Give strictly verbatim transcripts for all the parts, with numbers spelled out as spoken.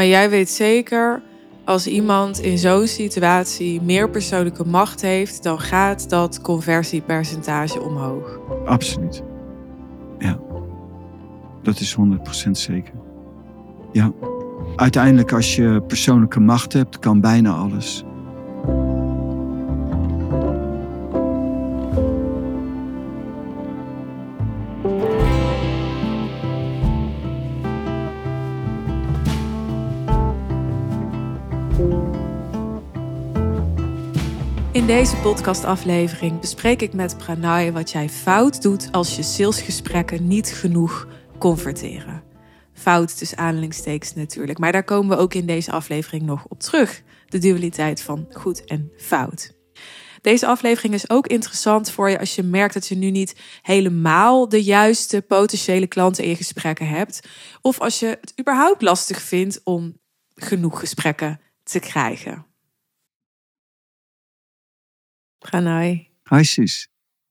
Maar jij weet zeker, als iemand in zo'n situatie meer persoonlijke macht heeft, dan gaat dat conversiepercentage omhoog. Absoluut. Ja. Dat is honderd procent zeker. Ja. Uiteindelijk, als je persoonlijke macht hebt, kan bijna alles. In deze podcastaflevering bespreek ik met Pranay wat jij fout doet als je salesgesprekken niet genoeg converteren. Fout tussen aanhalingstekens natuurlijk, maar daar komen we ook in deze aflevering nog op terug. De dualiteit van goed en fout. Deze aflevering is ook interessant voor je als je merkt dat je nu niet helemaal de juiste potentiële klanten in je gesprekken hebt. Of als je het überhaupt lastig vindt om genoeg gesprekken te krijgen. Pranay. Hi Suus.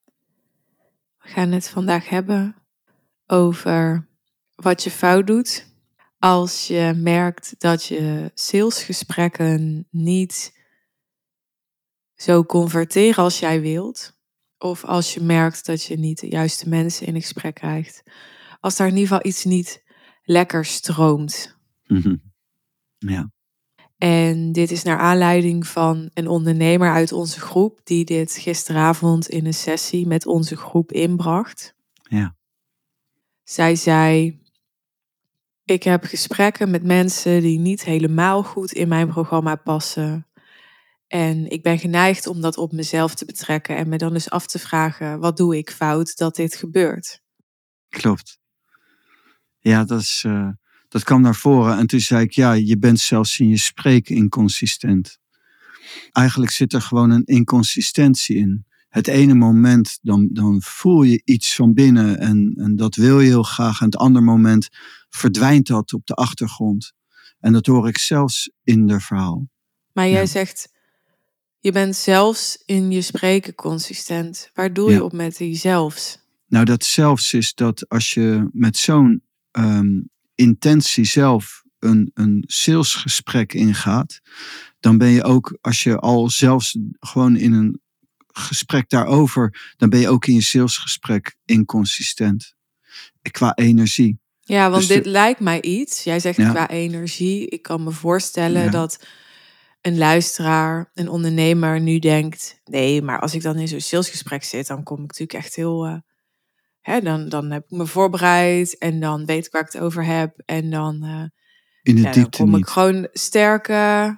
We gaan het vandaag hebben over wat je fout doet als je merkt dat je salesgesprekken niet zo converteren als jij wilt. Of als je merkt dat je niet de juiste mensen in een gesprek krijgt. Als daar in ieder geval iets niet lekker stroomt. Mm-hmm. Ja. En dit is naar aanleiding van een ondernemer uit onze groep die dit gisteravond in een sessie met onze groep inbracht. Ja. Zij zei, ik heb gesprekken met mensen die niet helemaal goed in mijn programma passen. En ik ben geneigd om dat op mezelf te betrekken en me dan eens af te vragen, wat doe ik fout dat dit gebeurt? Klopt. Ja, dat, is, uh, dat kwam naar voren. En toen zei ik, ja, je bent zelfs in je spreken inconsistent. Eigenlijk zit er gewoon een inconsistentie in. Het ene moment, dan, dan voel je iets van binnen en, en dat wil je heel graag. En het andere moment verdwijnt dat op de achtergrond. En dat hoor ik zelfs in de verhaal. Maar jij ja. zegt, je bent zelfs in je spreken consistent. Waar doe je ja. op met die zelfs? Nou, dat zelfs is dat als je met zo'n um, intentie zelf een, een salesgesprek ingaat, dan ben je ook, als je al zelfs gewoon in een gesprek daarover, dan ben je ook in je salesgesprek inconsistent. Qua energie. Ja, want dus dit de... lijkt mij iets. Jij zegt ja. qua energie. Ik kan me voorstellen ja. dat een luisteraar, een ondernemer nu denkt, nee, maar als ik dan in zo'n salesgesprek zit, dan kom ik natuurlijk echt heel... Uh, hè, dan, dan heb ik me voorbereid en dan weet ik waar ik het over heb. En dan, uh, in de ja, diepte dan kom niet. ik gewoon sterk uh,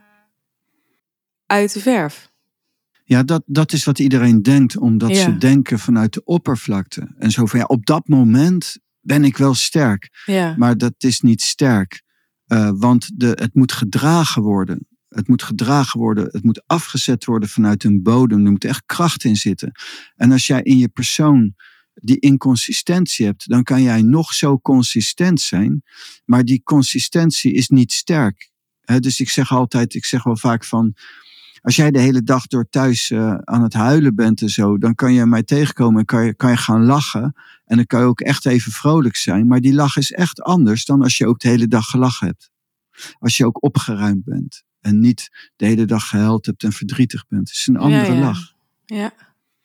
uit de verf. Ja, dat, dat is wat iedereen denkt, omdat ja. ze denken vanuit de oppervlakte. En zo van, ja, op dat moment ben ik wel sterk. Ja. Maar dat is niet sterk. Uh, want de, het moet gedragen worden. Het moet gedragen worden. Het moet afgezet worden vanuit een bodem. Er moet echt kracht in zitten. En als jij in je persoon die inconsistentie hebt, dan kan jij nog zo consistent zijn. Maar die consistentie is niet sterk. He, dus ik zeg altijd, ik zeg wel vaak van, als jij de hele dag door thuis uh, aan het huilen bent en zo, dan kan je mij tegenkomen en kan je, kan je gaan lachen. En dan kan je ook echt even vrolijk zijn. Maar die lach is echt anders dan als je ook de hele dag gelachen hebt. Als je ook opgeruimd bent. En niet de hele dag gehuild hebt en verdrietig bent. Het is een andere ja, ja. lach. Ja.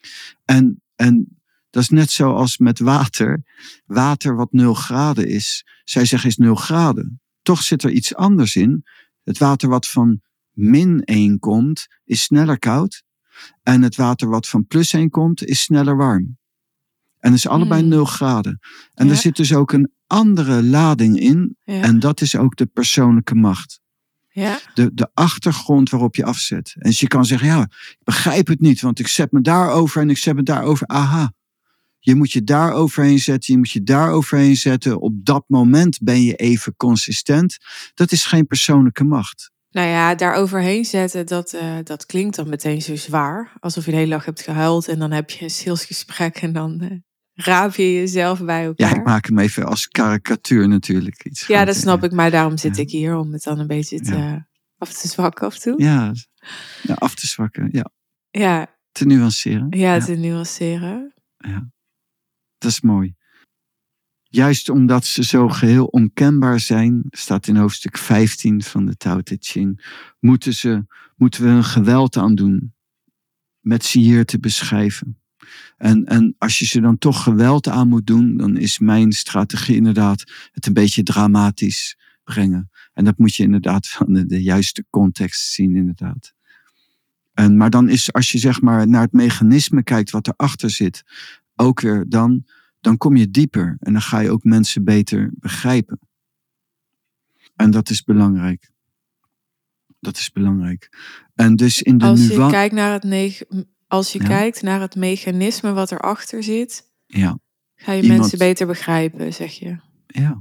En, en dat is net zoals met water. Water wat nul graden is. Zij zeggen is nul graden. Toch zit er iets anders in. Het water wat van min één komt, is sneller koud. En het water wat van plus één komt, is sneller warm. En dat is allebei mm. nul graden. En ja. er zit dus ook een andere lading in. Ja. En dat is ook de persoonlijke macht. Ja. De, de achtergrond waarop je afzet. En dus je kan zeggen, ja, ik begrijp het niet, want ik zet me daarover en ik zet me daarover. Aha, je moet je daar overheen zetten, je moet je daar overheen zetten. Op dat moment ben je even consistent. Dat is geen persoonlijke macht. Nou ja, daar overheen zetten, dat, uh, dat klinkt dan meteen zo zwaar. Alsof je de hele dag hebt gehuild en dan heb je een salesgesprek en dan uh, raap je jezelf bij elkaar. Ja, ik maak hem even als karikatuur natuurlijk. Iets ja, dat snap ik, maar daarom zit ja. ik hier om het dan een beetje te, ja. uh, af te zwakken af en toe. Ja, ja, af te zwakken, ja. Ja. Te nuanceren. Ja, te ja. nuanceren. Ja, dat is mooi. Juist omdat ze zo geheel onkenbaar zijn, staat in hoofdstuk vijftien van de Tao Te Ching, moeten, ze, moeten we hun geweld aan doen met ze hier te beschrijven. En, en als je ze dan toch geweld aan moet doen, dan is mijn strategie inderdaad het een beetje dramatisch brengen. En dat moet je inderdaad van de, de juiste context zien, inderdaad. En, maar dan is, als je zeg maar naar het mechanisme kijkt wat erachter zit, ook weer dan, dan kom je dieper. En dan ga je ook mensen beter begrijpen. En dat is belangrijk. Dat is belangrijk. En dus in de als je nuance... kijkt naar het neg- als je Ja. kijkt naar het mechanisme wat erachter zit, Ja. ga je Iemand- mensen beter begrijpen, zeg je. Ja.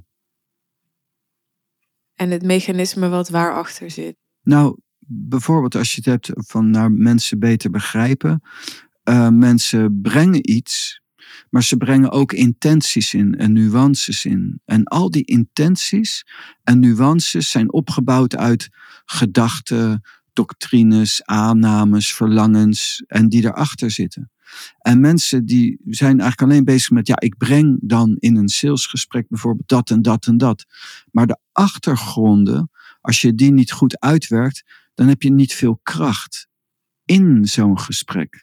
En het mechanisme wat waarachter zit. Nou, bijvoorbeeld als je het hebt van naar mensen beter begrijpen. Uh, mensen brengen iets, maar ze brengen ook intenties in en nuances in. En al die intenties en nuances zijn opgebouwd uit gedachten, doctrines, aannames, verlangens en die erachter zitten. En mensen die zijn eigenlijk alleen bezig met, ja, ik breng dan in een salesgesprek bijvoorbeeld dat en dat en dat. Maar de achtergronden, als je die niet goed uitwerkt, dan heb je niet veel kracht in zo'n gesprek.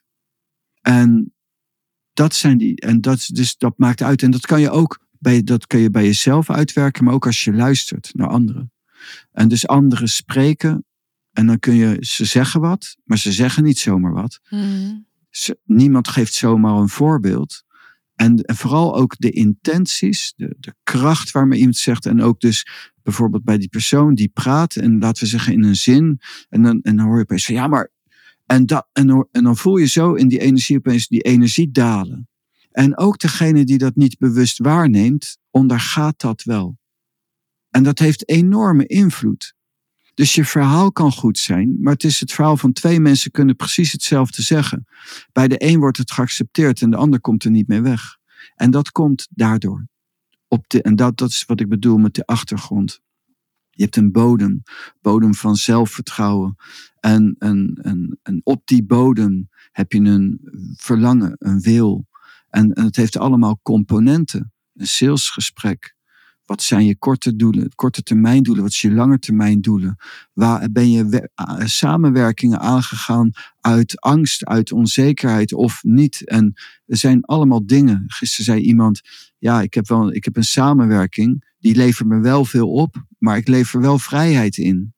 En dat zijn die, en dat, dus dat maakt uit. En dat kan je ook bij, dat kun je bij jezelf uitwerken, maar ook als je luistert naar anderen. En dus anderen spreken, en dan kun je, ze zeggen wat, maar ze zeggen niet zomaar wat. Mm. Ze, niemand geeft zomaar een voorbeeld. En, en vooral ook de intenties, de, de kracht waarmee iemand zegt. En ook dus bijvoorbeeld bij die persoon die praat. En laten we zeggen in een zin. En dan, en dan hoor je opeens van ja, maar. En, dat, en, en dan voel je zo in die energie opeens die energie dalen. En ook degene die dat niet bewust waarneemt, ondergaat dat wel. En dat heeft enorme invloed. Dus je verhaal kan goed zijn, maar het is het verhaal van twee mensen kunnen precies hetzelfde zeggen. Bij de een wordt het geaccepteerd en de ander komt er niet mee weg. En dat komt daardoor. Op de, en dat, dat is wat ik bedoel met de achtergrond. Je hebt een bodem, bodem van zelfvertrouwen. En, en, en, en op die bodem heb je een verlangen, een wil. En, en het heeft allemaal componenten. Een salesgesprek. Wat zijn je korte doelen, korte termijn doelen? Wat zijn je lange termijn doelen? Waar ben je we- samenwerkingen aangegaan uit angst, uit onzekerheid of niet? En er zijn allemaal dingen. Gisteren zei iemand, ja, ik heb wel, ik heb een samenwerking, die levert me wel veel op, maar ik lever wel vrijheid in.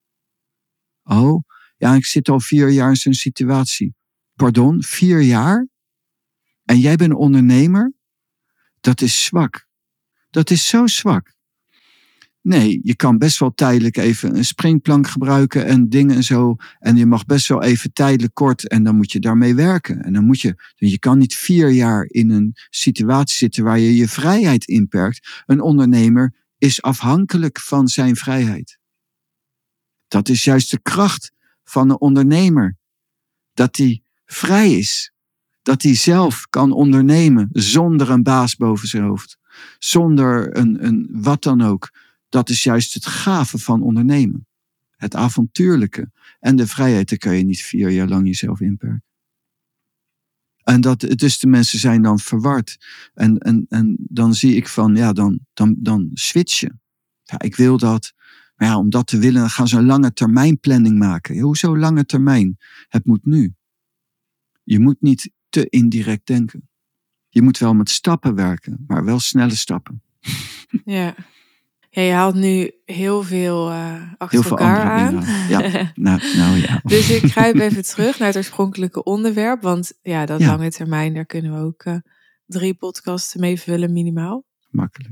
Oh, ja, ik zit al vier jaar in zo'n situatie. Pardon, vier jaar? En jij bent een ondernemer? Dat is zwak. Dat is zo zwak. Nee, je kan best wel tijdelijk even een springplank gebruiken en dingen en zo. En je mag best wel even tijdelijk kort en dan moet je daarmee werken. En dan moet je, je kan niet vier jaar in een situatie zitten waar je je vrijheid inperkt. Een ondernemer is afhankelijk van zijn vrijheid. Dat is juist de kracht van een ondernemer. Dat hij vrij is. Dat hij zelf kan ondernemen zonder een baas boven zijn hoofd. Zonder een, een wat dan ook. Dat is juist het gave van ondernemen. Het avontuurlijke. En de vrijheid, daar kan je niet vier jaar lang jezelf inperken. En dat, dus de mensen zijn dan verward. En, en, en dan zie ik van, ja, dan, dan, dan switchen. Ja, ik wil dat. Maar ja, om dat te willen, dan gaan ze een lange termijn planning maken. Ja, hoezo lange termijn? Het moet nu. Je moet niet te indirect denken. Je moet wel met stappen werken, maar wel snelle stappen. Ja. Ja, je haalt nu heel veel uh, achter heel veel elkaar andere aan. Dingen. Ja, nou, nou ja. Dus ik grijp even terug naar het oorspronkelijke onderwerp. Want ja, dat Ja. lange termijn, daar kunnen we ook uh, drie podcasten mee vullen minimaal. Makkelijk.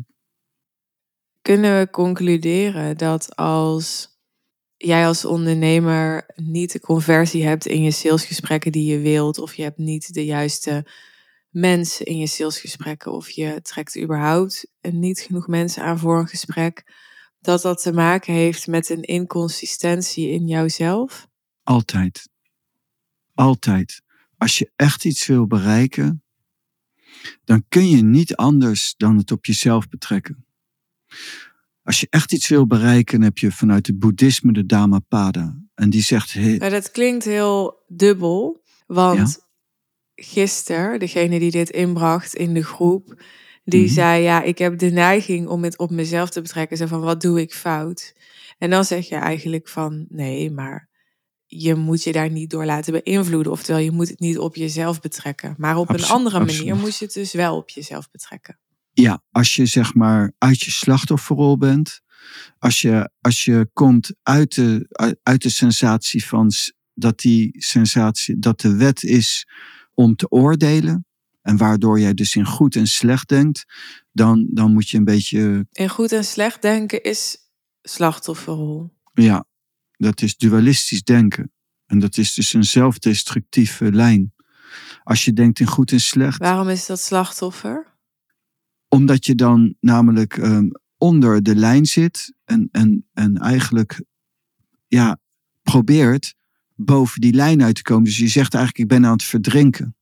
Kunnen we concluderen dat als jij als ondernemer niet de conversie hebt in je salesgesprekken die je wilt, of je hebt niet de juiste mensen in je salesgesprekken, of je trekt überhaupt niet genoeg mensen aan voor een gesprek, dat dat te maken heeft met een inconsistentie in jouzelf? Altijd. Altijd. Als je echt iets wil bereiken, dan kun je niet anders dan het op jezelf betrekken. Als je echt iets wil bereiken, dan heb je vanuit het boeddhisme de Dhammapada. En die zegt... Hey, maar dat klinkt heel dubbel, want ja? gisteren, degene die dit inbracht in de groep, Die Mhm. zei, ja, ik heb de neiging om het op mezelf te betrekken. Zo van, wat doe ik fout? En dan zeg je eigenlijk van, nee, maar je moet je daar niet door laten beïnvloeden. Oftewel, je moet het niet op jezelf betrekken. Maar op Abso- een andere manier absoluut. moet je het dus wel op jezelf betrekken. Ja, als je zeg maar uit je slachtofferrol bent. Als je, als je komt uit de, uit- uit de sensatie van s- dat die sensatie, dat de wet is om te oordelen. En waardoor jij dus in goed en slecht denkt. Dan, dan moet je een beetje, En goed en slecht denken is slachtofferrol. ja, dat is dualistisch denken. En dat is dus een zelfdestructieve lijn. Als je denkt in goed en slecht. Waarom is dat slachtoffer? Omdat je dan namelijk um, onder de lijn zit. En, en, en eigenlijk ja, probeert boven die lijn uit te komen. Dus je zegt eigenlijk, ik ben aan het verdrinken.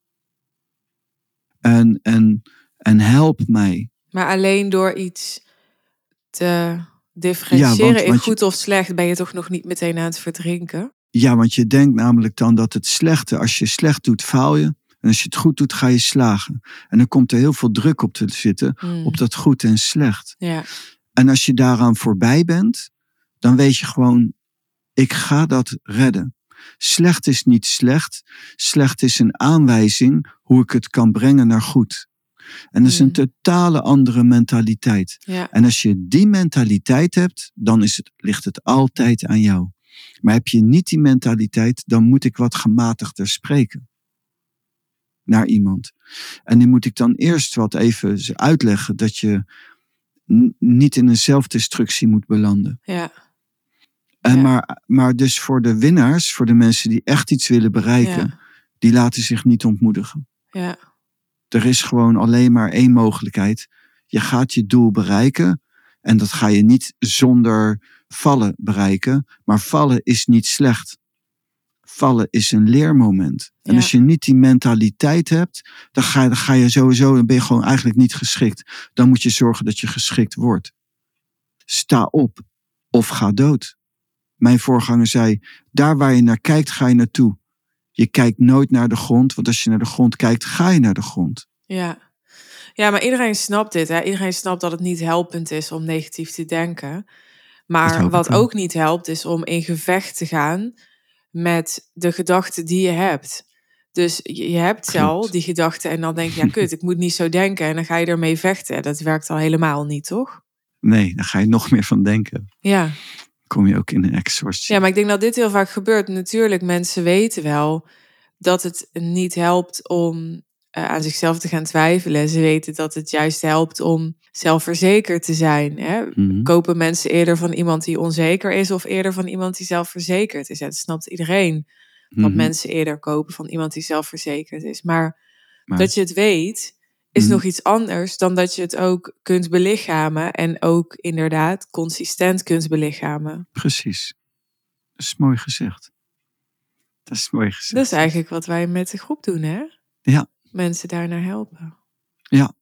En, en, en help mij. Maar alleen door iets te differentiëren Ja, want, in want goed je, of slecht ben je toch nog niet meteen aan het verdrinken? ja, want je denkt namelijk dan dat het slechte, als je slecht doet, faal je. En als je het goed doet, ga je slagen. En dan komt er heel veel druk op te zitten, Hmm. op dat goed en slecht. Ja. En als je daaraan voorbij bent, dan weet je gewoon, ik ga dat redden. Slecht is niet slecht. Slecht is een aanwijzing hoe ik het kan brengen naar goed. En dat is een Hmm. totale andere mentaliteit. Ja. En als je die mentaliteit hebt, dan is het, ligt het altijd aan jou. Maar heb je niet die mentaliteit, dan moet ik wat gematigder spreken. Naar iemand. En nu moet ik dan eerst wat even uitleggen dat je n- niet in een zelfdestructie moet belanden. Ja. En Ja. maar, maar dus voor de winnaars, voor de mensen die echt iets willen bereiken, Ja. die laten zich niet ontmoedigen. Ja. Er is gewoon alleen maar één mogelijkheid. Je gaat je doel bereiken en dat ga je niet zonder vallen bereiken. Maar vallen is niet slecht. Vallen is een leermoment. En Ja. als je niet die mentaliteit hebt, dan ga, dan ga je sowieso, dan ben je gewoon eigenlijk niet geschikt. Dan moet je zorgen dat je geschikt wordt. Sta op of ga dood. Mijn voorganger zei, daar waar je naar kijkt, ga je naartoe. Je kijkt nooit naar de grond, want als je naar de grond kijkt, ga je naar de grond. Ja. Ja, maar iedereen snapt dit. Hè? Iedereen snapt dat het niet helpend is om negatief te denken. Dat Maar hoop wat ik wel. ook niet helpt, is om in gevecht te gaan met de gedachten die je hebt. Dus je je hebt zelf Klopt. die gedachten en dan denk je, ja kut, ik moet niet zo denken. En dan ga je ermee vechten. Dat werkt al helemaal niet, toch? Nee, daar ga je nog meer van denken. Ja. Kom je ook in een exorcie. Ja, maar ik denk dat dit heel vaak gebeurt. Natuurlijk, mensen weten wel dat het niet helpt om uh, aan zichzelf te gaan twijfelen. Ze weten dat het juist helpt om zelfverzekerd te zijn. Hè? Mm-hmm. Kopen mensen eerder van iemand die onzeker is of eerder van iemand die zelfverzekerd is? Ja, dat snapt iedereen. Dat Mm-hmm. mensen eerder kopen van iemand die zelfverzekerd is. Maar, Maar, dat je het weet, is Mhm. nog iets anders dan dat je het ook kunt belichamen. En ook inderdaad consistent kunt belichamen. Precies. Dat is mooi gezegd. Dat is mooi gezegd. Dat is eigenlijk wat wij met de groep doen, hè? Ja. Mensen daarnaar helpen. Ja,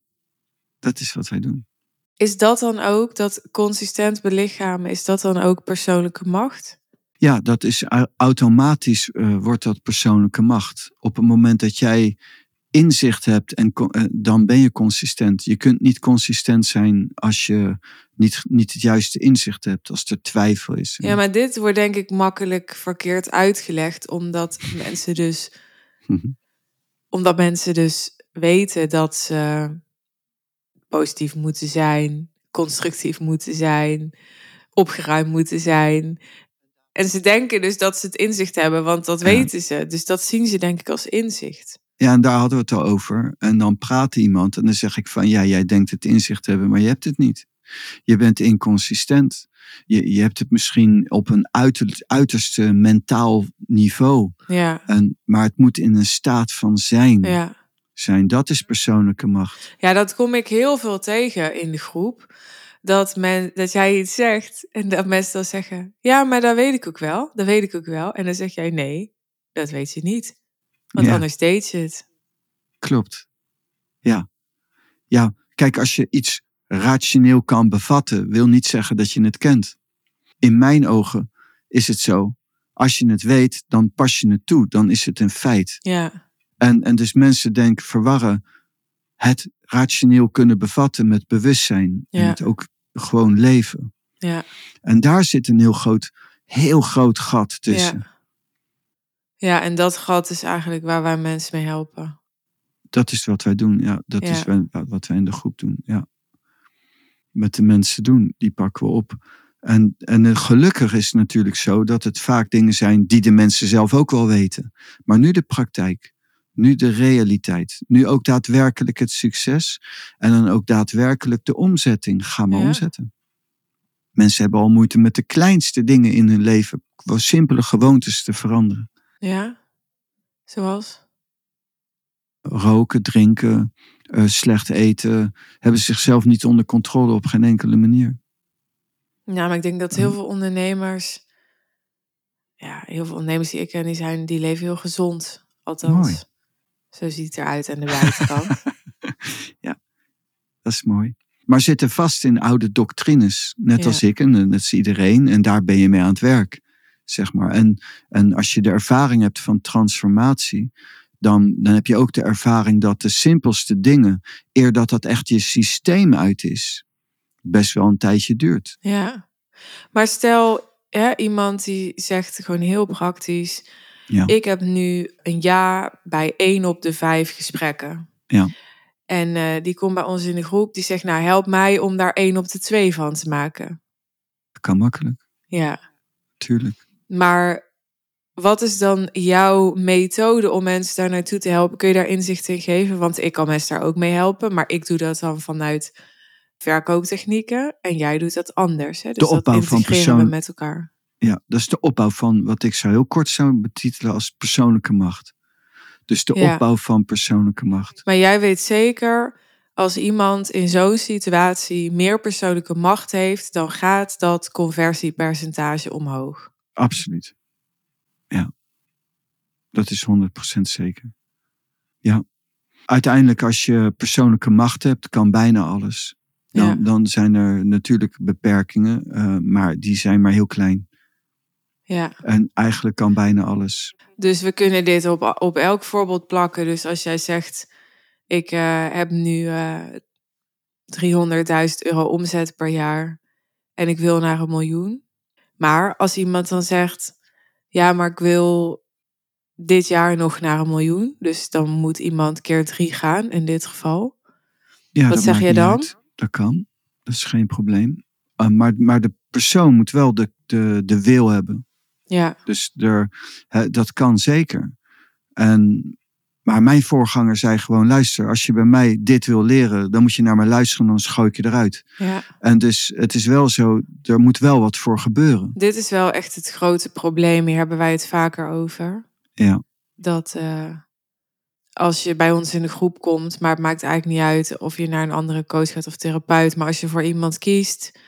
dat is wat wij doen. Is dat dan ook, dat consistent belichamen, is dat dan ook persoonlijke macht? Ja, dat is au- automatisch uh, wordt dat persoonlijke macht. Op het moment dat jij inzicht hebt, en co- uh, dan ben je consistent. Je kunt niet consistent zijn als je niet, niet het juiste inzicht hebt, als er twijfel is. Ja, maar dit wordt denk ik makkelijk verkeerd uitgelegd, omdat mensen dus, Mm-hmm. omdat mensen dus weten dat ze positief moeten zijn, constructief moeten zijn, opgeruimd moeten zijn. En ze denken dus dat ze het inzicht hebben, want dat Ja. weten ze. Dus dat zien ze denk ik als inzicht. Ja, en daar hadden we het al over. En dan praat iemand en dan zeg ik van, ja, jij denkt het inzicht te hebben, maar je hebt het niet. Je bent inconsistent. Je, je hebt het misschien op een uiter, uiterste mentaal niveau. Ja. En, maar het moet in een staat van zijn. Ja. zijn. Dat is persoonlijke macht. Ja, dat kom ik heel veel tegen in de groep. Dat, men, dat jij iets zegt en dat mensen dan zeggen, ja, maar dat weet ik ook wel. Dat weet ik ook wel. En dan zeg jij, nee, dat weet je niet. Want Ja. anders deed je het. Klopt. Ja. Ja, kijk, als je iets rationeel kan bevatten, wil niet zeggen dat je het kent. In mijn ogen is het zo. Als je het weet, dan pas je het toe. Dan is het een feit. Ja. En, en dus mensen denken, verwarren het rationeel kunnen bevatten met bewustzijn. Ja. En het ook gewoon leven. Ja. En daar zit een heel groot, heel groot gat tussen. Ja. Ja, en dat gat is eigenlijk waar wij mensen mee helpen. Dat is wat wij doen. Ja, dat Ja. is wat wij in de groep doen. Ja. Met de mensen doen, die pakken we op. En, en gelukkig is het natuurlijk zo dat het vaak dingen zijn die de mensen zelf ook wel weten. Maar nu de praktijk, nu de realiteit, nu ook daadwerkelijk het succes en dan ook daadwerkelijk de omzetting. Ga maar Ja. omzetten. Mensen hebben al moeite met de kleinste dingen in hun leven, gewoon simpele gewoontes te veranderen. Ja, zoals? Roken, drinken, uh, slecht eten, hebben zichzelf niet onder controle op geen enkele manier. Ja, maar ik denk dat heel veel ondernemers, ja, heel veel ondernemers die ik ken, die zijn, die leven heel gezond. Althans, Mooi. Zo ziet het eruit aan de buitenkant. Ja, dat is mooi. Maar zitten vast in oude doctrines, net Ja. als ik en net als iedereen. En daar ben je mee aan het werk, zeg maar. En, en als je de ervaring hebt van transformatie, dan, dan heb je ook de ervaring dat de simpelste dingen, eer dat dat echt je systeem uit is, best wel een tijdje duurt. Ja, maar stel, hè, iemand die zegt gewoon heel praktisch, Ja. ik heb nu een jaar bij één op de vijf gesprekken. Ja. En uh, die komt bij ons in de groep, die zegt, nou help mij om daar één op de twee van te maken. Dat kan makkelijk. Ja. Tuurlijk. Maar wat is dan jouw methode om mensen daar naartoe te helpen? Kun je daar inzicht in geven? Want ik kan mensen daar ook mee helpen, maar ik doe dat dan vanuit verkooptechnieken en jij doet dat anders. Hè? Dus de opbouw dat van integreren persoon... we met elkaar. Ja, dat is de opbouw van wat ik zou heel kort zou betitelen als persoonlijke macht. Dus de Ja. opbouw van persoonlijke macht. Maar jij weet zeker, als iemand in zo'n situatie meer persoonlijke macht heeft, dan gaat dat conversiepercentage omhoog. Absoluut. Ja. Dat is honderd procent zeker. Ja. Uiteindelijk als je persoonlijke macht hebt, kan bijna alles. Dan, Ja. dan zijn er natuurlijk beperkingen, uh, maar die zijn maar heel klein. Ja. En eigenlijk kan bijna alles. Dus we kunnen dit op, op elk voorbeeld plakken. Dus als jij zegt, ik uh, heb nu uh, driehonderdduizend euro omzet per jaar en ik wil naar een miljoen. Maar als iemand dan zegt, ja, maar ik wil dit jaar nog naar een miljoen. Dus dan moet iemand keer drie gaan in dit geval. Ja, Wat dat zeg maakt je niet dan? uit. Dat kan. Dat is geen probleem. Uh, maar, maar de persoon moet wel de, de, de wil hebben. Ja. Dus er, he, dat kan zeker. En, maar mijn voorganger zei gewoon, luister, als je bij mij dit wil leren, dan moet je naar mij luisteren, dan gooi ik je eruit. Ja. En dus het is wel zo, er moet wel wat voor gebeuren. Dit is wel echt het grote probleem. Hier hebben wij het vaker over. Ja. Dat uh, als je bij ons in de groep komt, maar het maakt eigenlijk niet uit of je naar een andere coach gaat of therapeut, maar als je voor iemand kiest,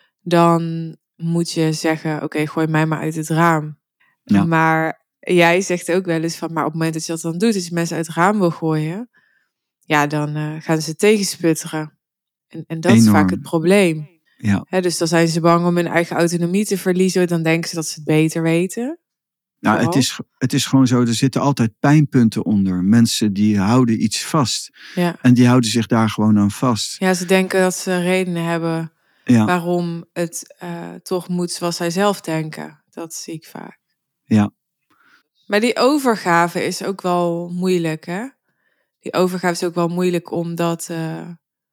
dan moet je zeggen, oké, okay, gooi mij maar uit het raam. Ja. Maar jij zegt ook wel eens van, maar op het moment dat je dat dan doet, als je mensen uit het raam wil gooien, ja, dan uh, gaan ze tegensputteren. En, en dat Enorm. Is vaak het probleem. Ja. He, dus dan zijn ze bang om hun eigen autonomie te verliezen, dan denken ze dat ze het beter weten. Nou, het is, het is gewoon zo, er zitten altijd pijnpunten onder. Mensen die houden iets vast. Ja. En die houden zich daar gewoon aan vast. Ja, ze denken dat ze redenen hebben ja. waarom het uh, toch moet zoals zij zelf denken. Dat zie ik vaak. Ja. Maar die overgave is ook wel moeilijk, hè? Die overgave is ook wel moeilijk omdat... Uh...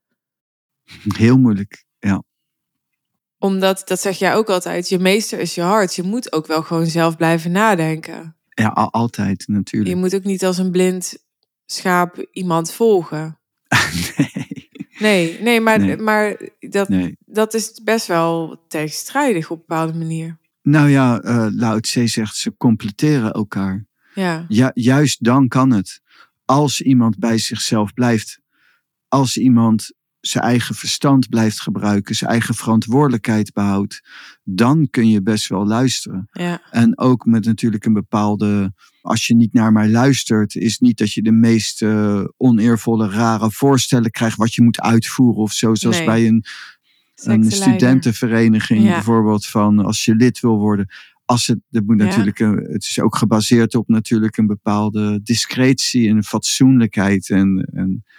Heel moeilijk, ja. Omdat, dat zeg jij ook altijd, je meester is je hart. Je moet ook wel gewoon zelf blijven nadenken. Ja, altijd natuurlijk. Je moet ook niet als een blind schaap iemand volgen. nee. Nee, nee, maar, nee. maar dat, nee. dat is best wel tegenstrijdig op een bepaalde manier. Nou ja, uh, Lao Tse zegt, ze completeren elkaar. Ja. Ja, juist dan kan het. Als iemand bij zichzelf blijft. Als iemand zijn eigen verstand blijft gebruiken, zijn eigen verantwoordelijkheid behoudt, dan kun je best wel luisteren. Ja. En ook met natuurlijk een bepaalde, als je niet naar mij luistert, is niet dat je de meest uh, oneervolle, rare voorstellen krijgt wat je moet uitvoeren of zo, zoals nee. bij een, een studentenvereniging ja. bijvoorbeeld, van als je lid wil worden. Als het, het, moet natuurlijk, ja. het is ook gebaseerd op natuurlijk een bepaalde discretie en fatsoenlijkheid en, en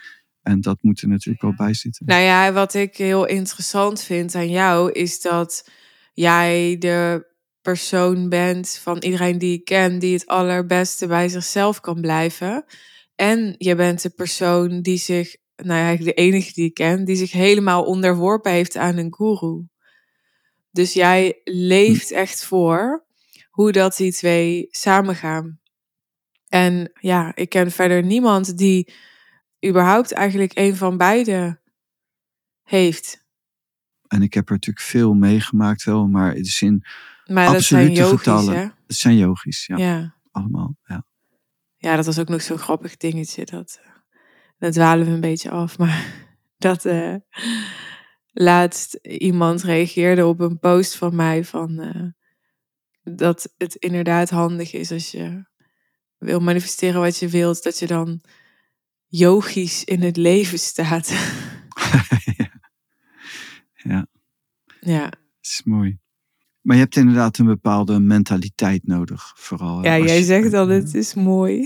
En dat moet er natuurlijk wel bij zitten. Nou ja, wat ik heel interessant vind aan jou is dat jij de persoon bent van iedereen die ik ken die het allerbeste bij zichzelf kan blijven. En je bent de persoon die zich, nou ja, eigenlijk de enige die ik ken, die zich helemaal onderworpen heeft aan een guru. Dus jij leeft echt voor hoe dat die twee samengaan. En ja, ik ken verder niemand die überhaupt eigenlijk een van beide heeft. En ik heb er natuurlijk veel meegemaakt wel, maar het is in Maar dat zijn absolute yogisch, getallen. hè? Het zijn yogisch, ja. Ja. Allemaal, ja. Ja, dat was ook nog zo'n grappig dingetje. Dat, uh, dat dwalen we een beetje af. Maar dat uh, laatst iemand reageerde op een post van mij van uh, dat het inderdaad handig is als je wil manifesteren wat je wilt, dat je dan yogisch in het leven staat. ja. ja. Ja. Dat is mooi. Maar je hebt inderdaad een bepaalde mentaliteit nodig. Vooral. Ja, als jij je, zegt dan het is mooi.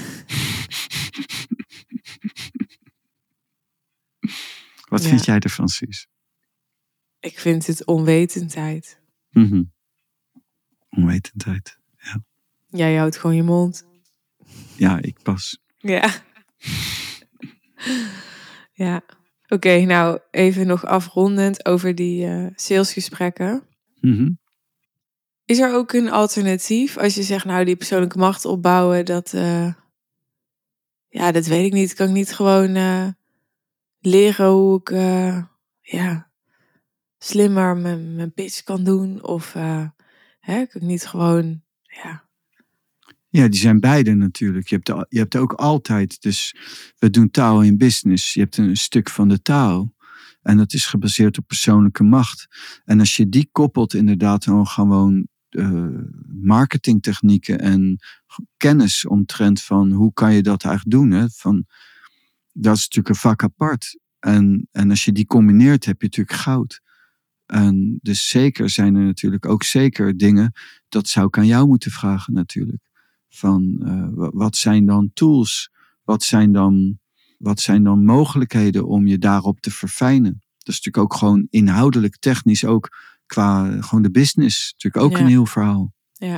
Wat ja. vind jij ervan, Suus? Ik vind het onwetendheid. Mm-hmm. Onwetendheid, ja. Jij houdt gewoon je mond. Ja, ik pas. Ja. ja. Oké, okay, nou even nog afrondend over die uh, salesgesprekken. Mm-hmm. Is er ook een alternatief als je zegt, nou die persoonlijke macht opbouwen, dat, uh, ja, dat weet ik niet. Kan ik niet gewoon uh, leren hoe ik, uh, ja, slimmer mijn, mijn pitch kan doen? Of uh, hè, kan ik niet gewoon, ja... Ja, die zijn beide natuurlijk. Je hebt, de, je hebt ook altijd, dus we doen taal in business. Je hebt een stuk van de taal. En dat is gebaseerd op persoonlijke macht. En als je die koppelt inderdaad dan gewoon uh, marketingtechnieken en kennis omtrent van hoe kan je dat eigenlijk doen. Hè? Van, dat is natuurlijk een vak apart. En, en als je die combineert heb je natuurlijk goud. En dus zeker zijn er natuurlijk ook zeker dingen, dat zou ik aan jou moeten vragen natuurlijk. Van uh, wat zijn dan tools? Wat zijn dan, wat zijn dan mogelijkheden om je daarop te verfijnen? Dat is natuurlijk ook gewoon inhoudelijk, technisch ook qua gewoon de business. Natuurlijk ook ja. een heel verhaal. Ja.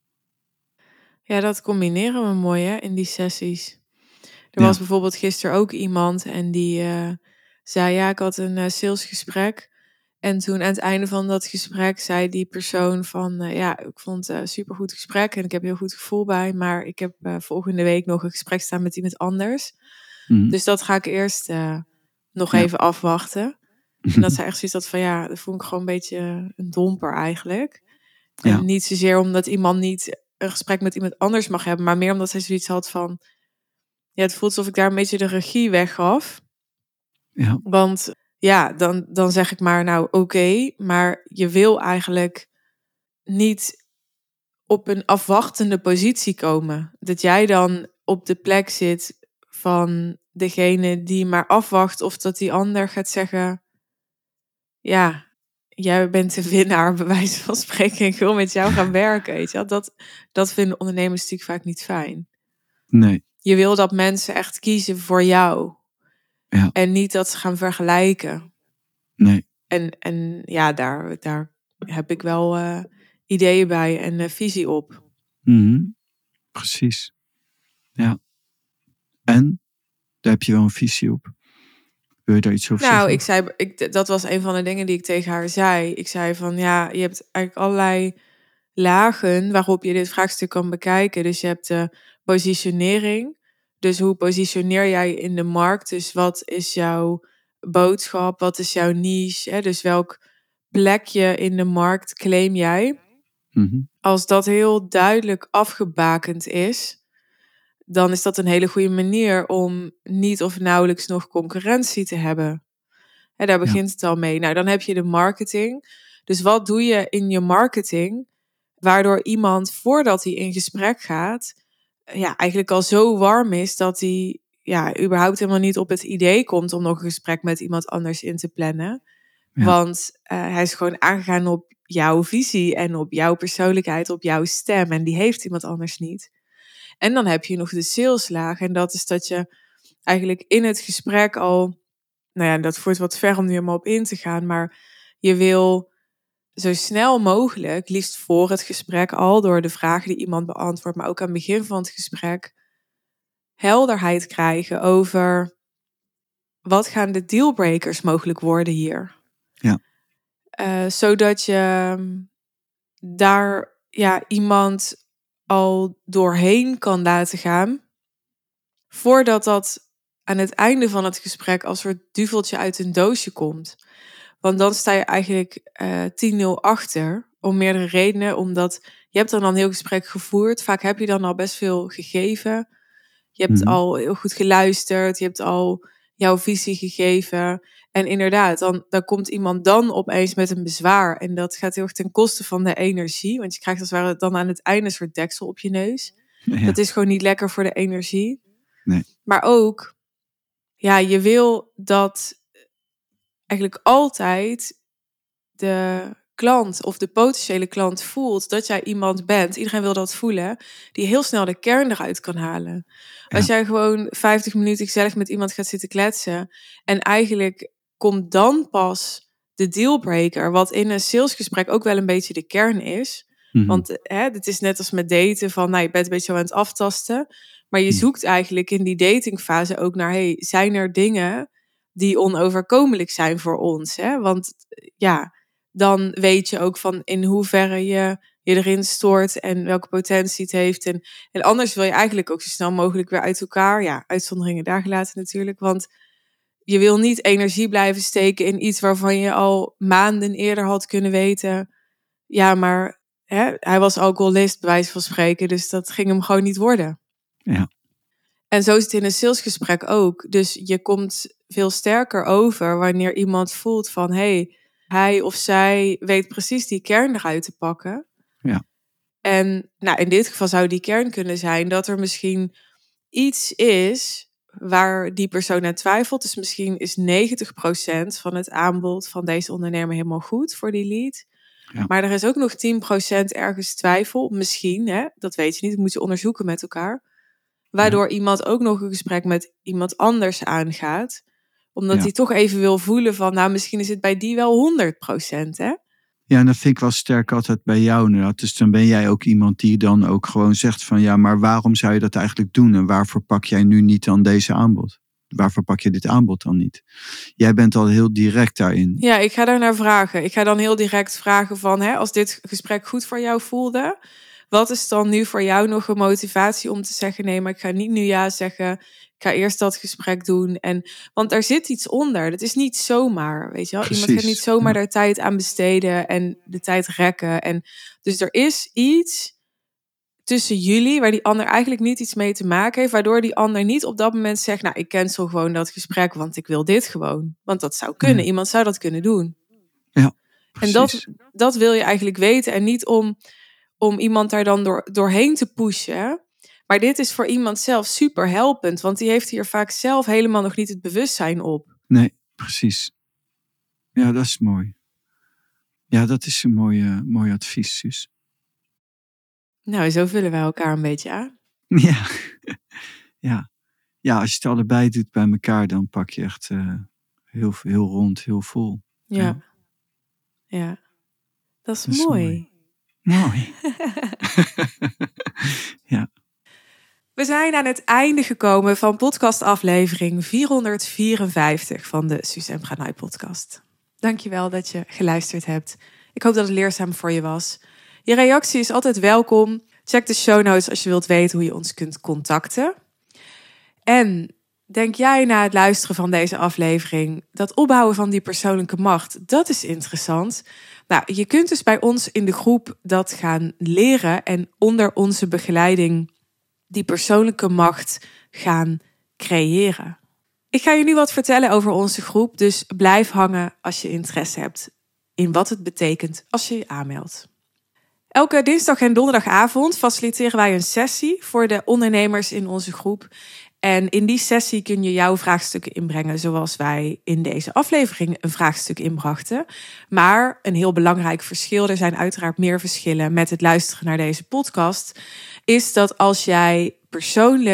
ja, dat combineren we mooi hè, in die sessies. Er was ja. bijvoorbeeld gisteren ook iemand en die uh, zei, ja, ik had een uh, salesgesprek. En toen aan het einde van dat gesprek zei die persoon van, uh, ja, ik vond het een supergoed gesprek en ik heb een heel goed gevoel bij, maar ik heb uh, volgende week nog een gesprek staan met iemand anders. Mm-hmm. Dus dat ga ik eerst uh, nog ja. even afwachten. En dat zij echt zoiets had van, ja, dat vond ik gewoon een beetje een domper eigenlijk. En ja. niet zozeer omdat iemand niet een gesprek met iemand anders mag hebben, maar meer omdat zij zoiets had van, ja, het voelt alsof ik daar een beetje de regie weggaf. Ja. Want ja, dan, dan zeg ik maar, nou oké, okay, maar je wil eigenlijk niet op een afwachtende positie komen. Dat jij dan op de plek zit van degene die maar afwacht of dat die ander gaat zeggen, ja, jij bent de winnaar, bij wijze van spreken, ik wil met jou gaan werken. Weet je? Dat, dat vinden ondernemers natuurlijk vaak niet fijn. Nee. Je wil dat mensen echt kiezen voor jou. Ja. En niet dat ze gaan vergelijken. Nee. En, en ja, daar, daar heb ik wel uh, ideeën bij en uh, visie op. Mm-hmm. Precies. Ja. En? Daar heb je wel een visie op. Wil je daar iets over nou, zeggen? Ik zei, ik, dat was een van de dingen die ik tegen haar zei. Ik zei van, ja, je hebt eigenlijk allerlei lagen waarop je dit vraagstuk kan bekijken. Dus je hebt de positionering. Dus hoe positioneer jij in de markt? Dus wat is jouw boodschap? Wat is jouw niche? Hè? Dus welk plekje in de markt claim jij? Mm-hmm. Als dat heel duidelijk afgebakend is, dan is dat een hele goede manier om niet of nauwelijks nog concurrentie te hebben. Hè, daar begint ja. het al mee. Nou, dan heb je de marketing. Dus wat doe je in je marketing, waardoor iemand, voordat hij in gesprek gaat, ja, eigenlijk al zo warm is dat hij ja, überhaupt helemaal niet op het idee komt om nog een gesprek met iemand anders in te plannen. Ja. Want uh, hij is gewoon aangegaan op jouw visie en op jouw persoonlijkheid, op jouw stem. En die heeft iemand anders niet. En dan heb je nog de saleslaag. En dat is dat je eigenlijk in het gesprek al, nou ja, dat voert wat ver om nu helemaal op in te gaan, maar je wil zo snel mogelijk, liefst voor het gesprek al, door de vragen die iemand beantwoordt, maar ook aan het begin van het gesprek, helderheid krijgen over wat gaan de dealbreakers mogelijk worden hier. Ja. Uh, zodat je daar ja, iemand al doorheen kan laten gaan, voordat dat aan het einde van het gesprek als soort duveltje uit een doosje komt. Want dan sta je eigenlijk uh, tien nul achter, om meerdere redenen. Omdat je hebt dan al een heel gesprek gevoerd. Vaak heb je dan al best veel gegeven. Je hebt mm-hmm. al heel goed geluisterd. Je hebt al jouw visie gegeven. En inderdaad, dan, dan komt iemand dan opeens met een bezwaar. En dat gaat heel erg ten koste van de energie. Want je krijgt als het ware dan aan het einde een soort deksel op je neus. Ja. Dat is gewoon niet lekker voor de energie. Nee. Maar ook, ja, je wil dat eigenlijk altijd de klant of de potentiële klant voelt dat jij iemand bent. Iedereen wil dat voelen, die heel snel de kern eruit kan halen. Ja. Als jij gewoon vijftig minuten gezellig met iemand gaat zitten kletsen en eigenlijk komt dan pas de dealbreaker, wat in een salesgesprek ook wel een beetje de kern is. Mm-hmm. Want hè, het is net als met daten van, nou, je bent een beetje zo aan het aftasten, maar je zoekt eigenlijk in die datingfase ook naar, hey, zijn er dingen die onoverkomelijk zijn voor ons? Hè? Want ja, dan weet je ook van in hoeverre je je erin stoort en welke potentie het heeft. En, en anders wil je eigenlijk ook zo snel mogelijk weer uit elkaar. Ja, uitzonderingen daar gelaten natuurlijk. Want je wil niet energie blijven steken in iets waarvan je al maanden eerder had kunnen weten. Ja, maar hè, hij was alcoholist, bij wijze van spreken. Dus dat ging hem gewoon niet worden. Ja. En zo is het in een salesgesprek ook. Dus je komt veel sterker over wanneer iemand voelt van, hey, hij of zij weet precies die kern eruit te pakken. Ja. En nou, in dit geval zou die kern kunnen zijn dat er misschien iets is waar die persoon aan twijfelt. Dus misschien is negentig procent van het aanbod van deze ondernemer helemaal goed voor die lead. Ja. Maar er is ook nog tien procent ergens twijfel. Misschien, hè? Dat weet je niet. Dat moet je onderzoeken met elkaar. Waardoor ja. iemand ook nog een gesprek met iemand anders aangaat. Omdat ja. hij toch even wil voelen van, nou, misschien is het bij die wel honderd procent, hè? Ja, en dat vind ik wel sterk altijd bij jou inderdaad. Dus dan ben jij ook iemand die dan ook gewoon zegt van, ja, maar waarom zou je dat eigenlijk doen? En waarvoor pak jij nu niet dan deze aanbod? Waarvoor pak je dit aanbod dan niet? Jij bent al heel direct daarin. Ja, ik ga daar naar vragen. Ik ga dan heel direct vragen van, hè, als dit gesprek goed voor jou voelde, wat is dan nu voor jou nog een motivatie om te zeggen, nee, maar ik ga niet nu ja zeggen. Ik ga eerst dat gesprek doen. En, want er zit iets onder. Dat is niet zomaar, weet je wel. Precies. Iemand gaat niet zomaar ja. daar tijd aan besteden en de tijd rekken. En dus er is iets tussen jullie waar die ander eigenlijk niet iets mee te maken heeft, waardoor die ander niet op dat moment zegt, nou, ik cancel gewoon dat gesprek, want ik wil dit gewoon. Want dat zou kunnen. Ja. Iemand zou dat kunnen doen. Ja, en dat, dat wil je eigenlijk weten. En niet om, om iemand daar dan door, doorheen te pushen. Maar dit is voor iemand zelf super helpend, want die heeft hier vaak zelf helemaal nog niet het bewustzijn op. Nee, precies. Ja, dat is mooi. Ja, dat is een mooi, mooi advies, Suus. Nou, zo vullen wij elkaar een beetje aan. Ja. ja. Ja, als je het allebei doet bij elkaar, dan pak je echt uh, heel, heel rond, heel vol. Ja. Ja. ja. Dat is, dat is mooi. Mooi. mooi. ja. We zijn aan het einde gekomen van podcastaflevering vierhonderdvierenvijftig van de Suus en Pranay podcast. Dankjewel dat je geluisterd hebt. Ik hoop dat het leerzaam voor je was. Je reactie is altijd welkom. Check de show notes als je wilt weten hoe je ons kunt contacten. En denk jij na het luisteren van deze aflevering, dat opbouwen van die persoonlijke macht, dat is interessant. Nou, je kunt dus bij ons in de groep dat gaan leren en onder onze begeleiding die persoonlijke macht gaan creëren. Ik ga je nu wat vertellen over onze groep, dus blijf hangen als je interesse hebt in wat het betekent als je je aanmeldt. Elke dinsdag en donderdagavond faciliteren wij een sessie voor de ondernemers in onze groep. En in die sessie kun je jouw vraagstukken inbrengen, zoals wij in deze aflevering een vraagstuk inbrachten. Maar een heel belangrijk verschil, er zijn uiteraard meer verschillen met het luisteren naar deze podcast, is dat als jij persoonlijk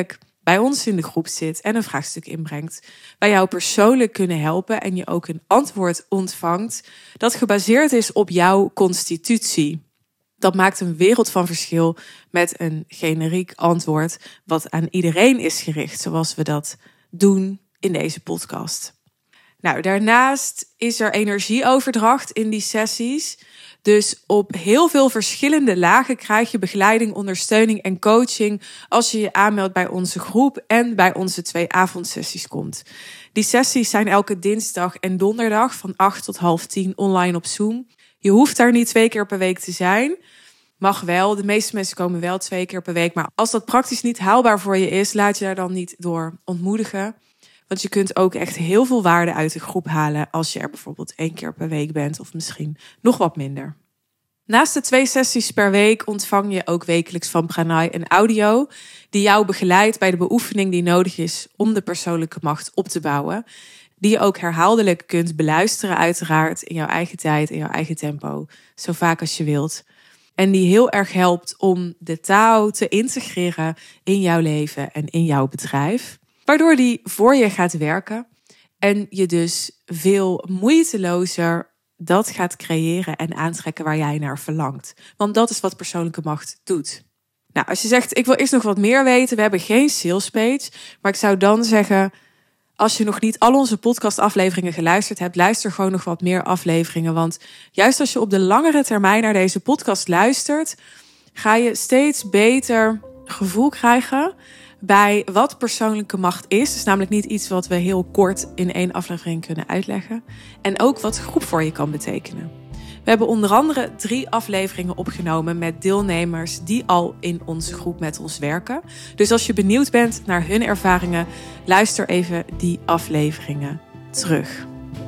bij ons in de groep zit en een vraagstuk inbrengt, wij jou persoonlijk kunnen helpen en je ook een antwoord ontvangt dat gebaseerd is op jouw constitutie. Dat maakt een wereld van verschil met een generiek antwoord wat aan iedereen is gericht, zoals we dat doen in deze podcast. Nou, daarnaast is er energieoverdracht in die sessies. Dus op heel veel verschillende lagen krijg je begeleiding, ondersteuning en coaching als je je aanmeldt bij onze groep en bij onze twee avondsessies komt. Die sessies zijn elke dinsdag en donderdag van acht tot half tien online op Zoom. Je hoeft daar niet twee keer per week te zijn. Mag wel, de meeste mensen komen wel twee keer per week. Maar als dat praktisch niet haalbaar voor je is, laat je daar dan niet door ontmoedigen. Want je kunt ook echt heel veel waarde uit de groep halen als je er bijvoorbeeld één keer per week bent of misschien nog wat minder. Naast de twee sessies per week ontvang je ook wekelijks van Pranay een audio die jou begeleidt bij de beoefening die nodig is om de persoonlijke macht op te bouwen. Die je ook herhaaldelijk kunt beluisteren uiteraard in jouw eigen tijd, in jouw eigen tempo, zo vaak als je wilt. En die heel erg helpt om de Tao te integreren in jouw leven en in jouw bedrijf. Waardoor die voor je gaat werken en je dus veel moeitelozer dat gaat creëren en aantrekken waar jij naar verlangt. Want dat is wat persoonlijke macht doet. Nou, als je zegt, ik wil eerst nog wat meer weten, we hebben geen sales page. Maar ik zou dan zeggen, als je nog niet al onze podcastafleveringen geluisterd hebt, luister gewoon nog wat meer afleveringen. Want juist als je op de langere termijn naar deze podcast luistert, ga je steeds beter gevoel krijgen bij wat persoonlijke macht is. Het is namelijk niet iets wat we heel kort in één aflevering kunnen uitleggen. En ook wat groep voor je kan betekenen. We hebben onder andere drie afleveringen opgenomen met deelnemers die al in onze groep met ons werken. Dus als je benieuwd bent naar hun ervaringen, luister even die afleveringen terug.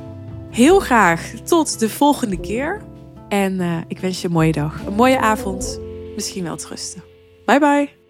Heel graag tot de volgende keer. En uh, ik wens je een mooie dag, een mooie avond, misschien wel te rusten. Bye bye.